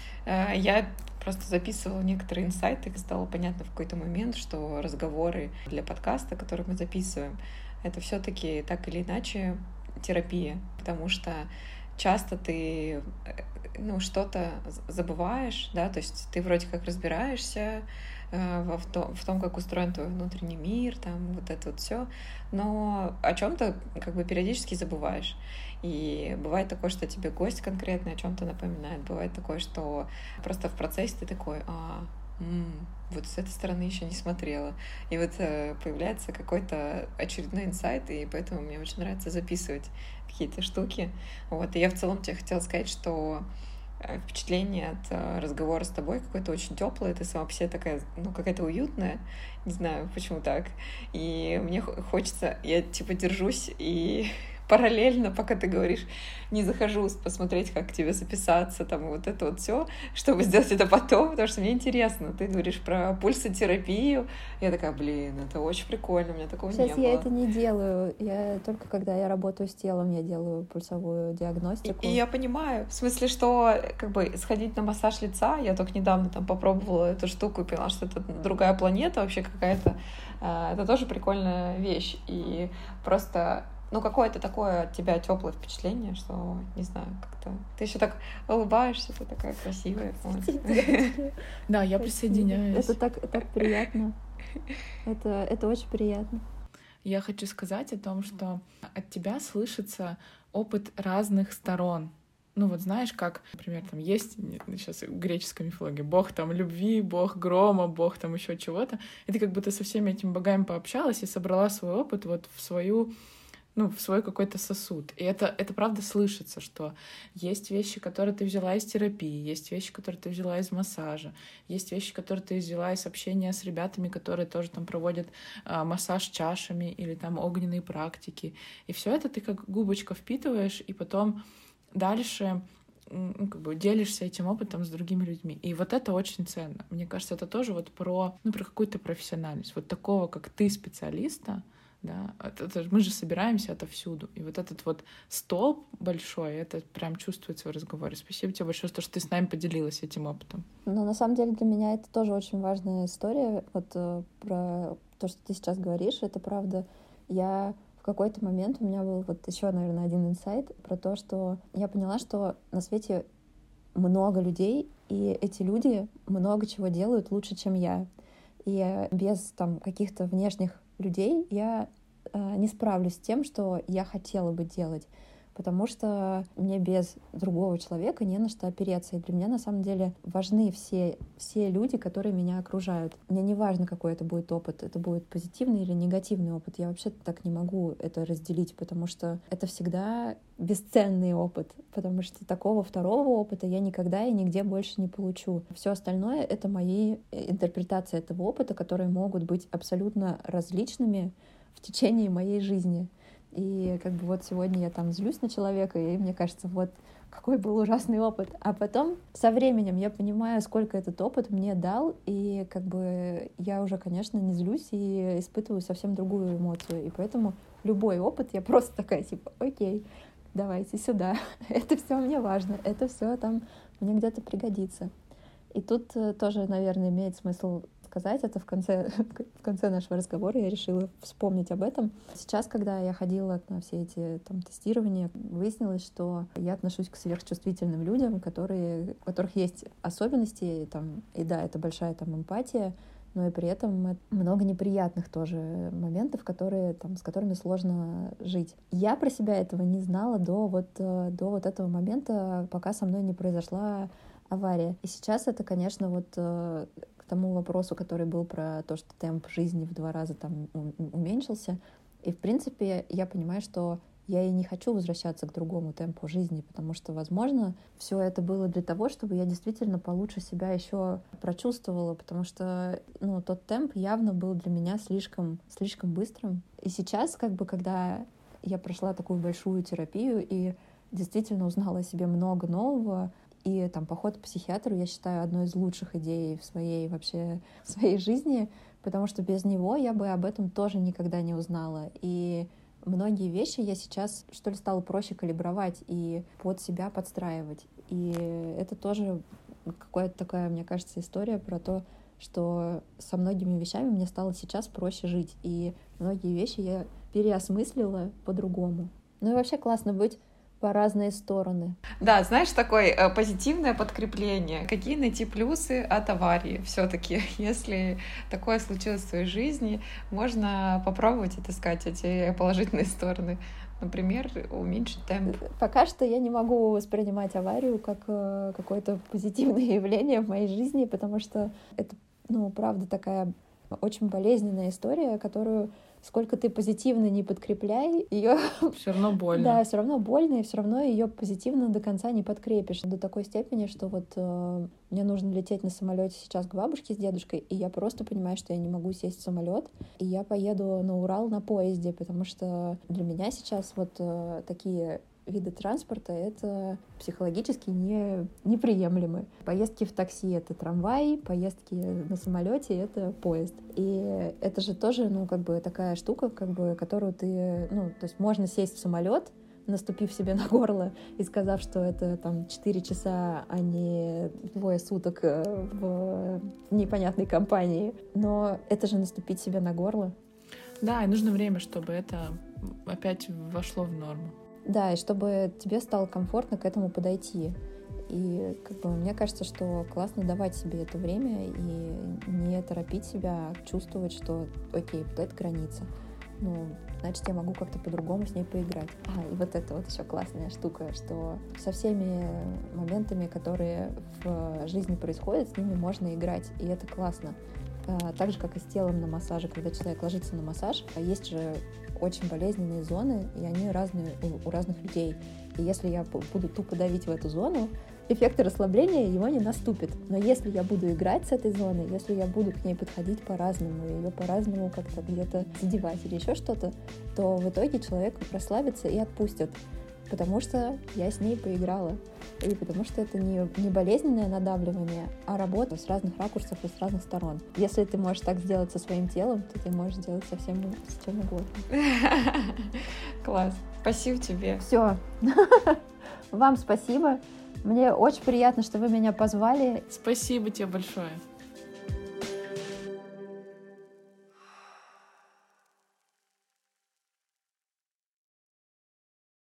Я просто записывала некоторые инсайты, и стало понятно в какой-то момент, что разговоры для подкаста, который мы записываем, это все-таки так или иначе терапия, потому что часто ты, ну, что-то забываешь, да, то есть ты вроде как разбираешься э, в, том, в том, как устроен твой внутренний мир, там вот это вот все, но о чем-то как бы периодически забываешь. И бывает такое, что тебе гость конкретный о чем-то напоминает, бывает такое, что просто в процессе ты такой: а, м-м, вот с этой стороны еще не смотрела. И вот э, появляется какой-то очередной инсайт, и поэтому мне очень нравится записывать какие-то штуки. Вот. И я в целом тебе хотела сказать, что впечатление от разговора с тобой какое-то очень теплое, ты сама по себе такая, ну, какая-то уютная, не знаю, почему так. И мне хочется, я типа держусь и параллельно, пока ты говоришь, не захожу посмотреть, как тебе записаться, там, вот это вот все, чтобы сделать это потом, потому что мне интересно. Ты говоришь про пульсотерапию. Я такая: блин, это очень прикольно, у меня такого Сейчас не было. Сейчас я это не делаю. Я только когда я работаю с телом, я делаю пульсовую диагностику. И, и я понимаю, в смысле, что как бы сходить на массаж лица, я только недавно там попробовала эту штуку и поняла, что это другая планета вообще какая-то. Это тоже прикольная вещь. И просто... Ну, какое-то такое от тебя теплое впечатление, что, не знаю, как-то... Ты еще так улыбаешься, ты такая красивая. Да, я присоединяюсь. Это так, так приятно. Это, это очень приятно. Я хочу сказать о том, что от тебя слышится опыт разных сторон. Ну вот знаешь, как, например, там есть сейчас в греческой мифологии бог там любви, бог грома, бог там еще чего-то. И ты как будто со всеми этими богами пообщалась и собрала свой опыт вот в свою... ну, в свой какой-то сосуд. И это, это правда слышится, что есть вещи, которые ты взяла из терапии, есть вещи, которые ты взяла из массажа, есть вещи, которые ты взяла из общения с ребятами, которые тоже там проводят а, массаж чашами или там огненные практики. И все это ты как губочка впитываешь, и потом дальше ну, как бы делишься этим опытом с другими людьми. И вот это очень ценно. Мне кажется, это тоже вот про, ну, про какую-то профессиональность. Вот такого, как ты, специалиста, да, это, это, мы же собираемся отовсюду, и вот этот вот столб большой, это прям чувствуется в разговоре. Спасибо тебе большое, что ты с нами поделилась этим опытом. Но на самом деле для меня это тоже очень важная история, вот э, про то, что ты сейчас говоришь, это правда. Я в какой-то момент, у меня был вот еще, наверное, один инсайт про то, что я поняла, что на свете много людей, и эти люди много чего делают лучше, чем я. И без там каких-то внешних людей я э, не справлюсь с тем, что я хотела бы делать, потому что мне без другого человека не на что опереться. И для меня на самом деле важны все, все люди, которые меня окружают. Мне не важно, какой это будет опыт, это будет позитивный или негативный опыт. Я вообще так не могу это разделить, потому что это всегда бесценный опыт, потому что такого второго опыта я никогда и нигде больше не получу. Все остальное — это мои интерпретации этого опыта, которые могут быть абсолютно различными в течение моей жизни. И как бы вот сегодня я там злюсь на человека, и мне кажется, вот какой был ужасный опыт. А потом со временем я понимаю, сколько этот опыт мне дал, и как бы я уже, конечно, не злюсь и испытываю совсем другую эмоцию. И поэтому любой опыт, я просто такая, типа, окей, давайте сюда. Это все мне важно, это все там мне где-то пригодится. И тут тоже, наверное, имеет смысл сказать это в конце, в конце нашего разговора, я решила вспомнить об этом. Сейчас, когда я ходила на все эти там тестирования, выяснилось, что я отношусь к сверхчувствительным людям, которые, у которых есть особенности, там, и да, это большая там эмпатия, но и при этом много неприятных тоже моментов, которые, там, с которыми сложно жить. Я про себя этого не знала до вот, до вот этого момента, пока со мной не произошла авария. И сейчас это, конечно, вот к тому вопросу, который был про то, что темп жизни в два раза там уменьшился. И, в принципе, я понимаю, что я и не хочу возвращаться к другому темпу жизни, потому что, возможно, все это было для того, чтобы я действительно получше себя еще прочувствовала, потому что, ну, тот темп явно был для меня слишком, слишком быстрым. И сейчас, как бы, когда я прошла такую большую терапию и действительно узнала о себе много нового, и там поход к психиатру я считаю одной из лучших идей в своей вообще в своей жизни, потому что без него я бы об этом тоже никогда не узнала. И многие вещи я сейчас, что ли, стала проще калибровать и под себя подстраивать. И это тоже какая-то такая, мне кажется, история про то, что со многими вещами мне стало сейчас проще жить. И многие вещи я переосмыслила по-другому. Ну и вообще классно быть по разные стороны. Да, знаешь, такое э, позитивное подкрепление. Какие найти плюсы от аварии? Все-таки, если такое случилось в твоей жизни, можно попробовать отыскать эти положительные стороны. Например, уменьшить темп. Пока что я не могу воспринимать аварию как э, какое-то позитивное явление в моей жизни, потому что это, ну, правда, такая очень болезненная история, которую сколько ты позитивно не подкрепляй, ее все равно больно. Да, все равно больно, и все равно ее позитивно до конца не подкрепишь. До такой степени, что вот э, мне нужно лететь на самолете сейчас к бабушке с дедушкой, и я просто понимаю, что я не могу сесть в самолет, и я поеду на Урал на поезде, потому что для меня сейчас вот э, такие виды транспорта — это психологически не, неприемлемы. Поездки в такси — это трамвай, поездки на самолете — это поезд. И это же тоже, ну, как бы такая штука, как бы, которую ты, ну, то есть можно сесть в самолет, наступив себе на горло и сказав, что это там четыре часа, а не двое суток в непонятной компании. Но это же наступить себе на горло. Да, и нужно время, чтобы это опять вошло в норму. Да, и чтобы тебе стало комфортно к этому подойти. И как бы мне кажется, что классно давать себе это время и не торопить себя, а чувствовать, что окей, вот это граница. Ну, значит, я могу как-то по-другому с ней поиграть. А, и вот это вот еще классная штука, что со всеми моментами, которые в жизни происходят, с ними можно играть, и это классно. Так же, как и с телом на массаже, когда человек ложится на массаж, есть же очень болезненные зоны, и они разные у, у разных людей. И если я буду тупо давить в эту зону, эффекта расслабления его не наступит. Но если я буду играть с этой зоной, если я буду к ней подходить по-разному, ее по-разному как-то где-то задевать или еще что-то, то в итоге человек расслабится и отпустит. потому что я с ней поиграла. И потому что это не, не болезненное надавливание, а работа с разных ракурсов и с разных сторон. Если ты можешь так сделать со своим телом, то ты можешь сделать со всем, с чем угодно. Класс. Спасибо тебе. Все. Вам спасибо. Мне очень приятно, что вы меня позвали. Спасибо тебе большое.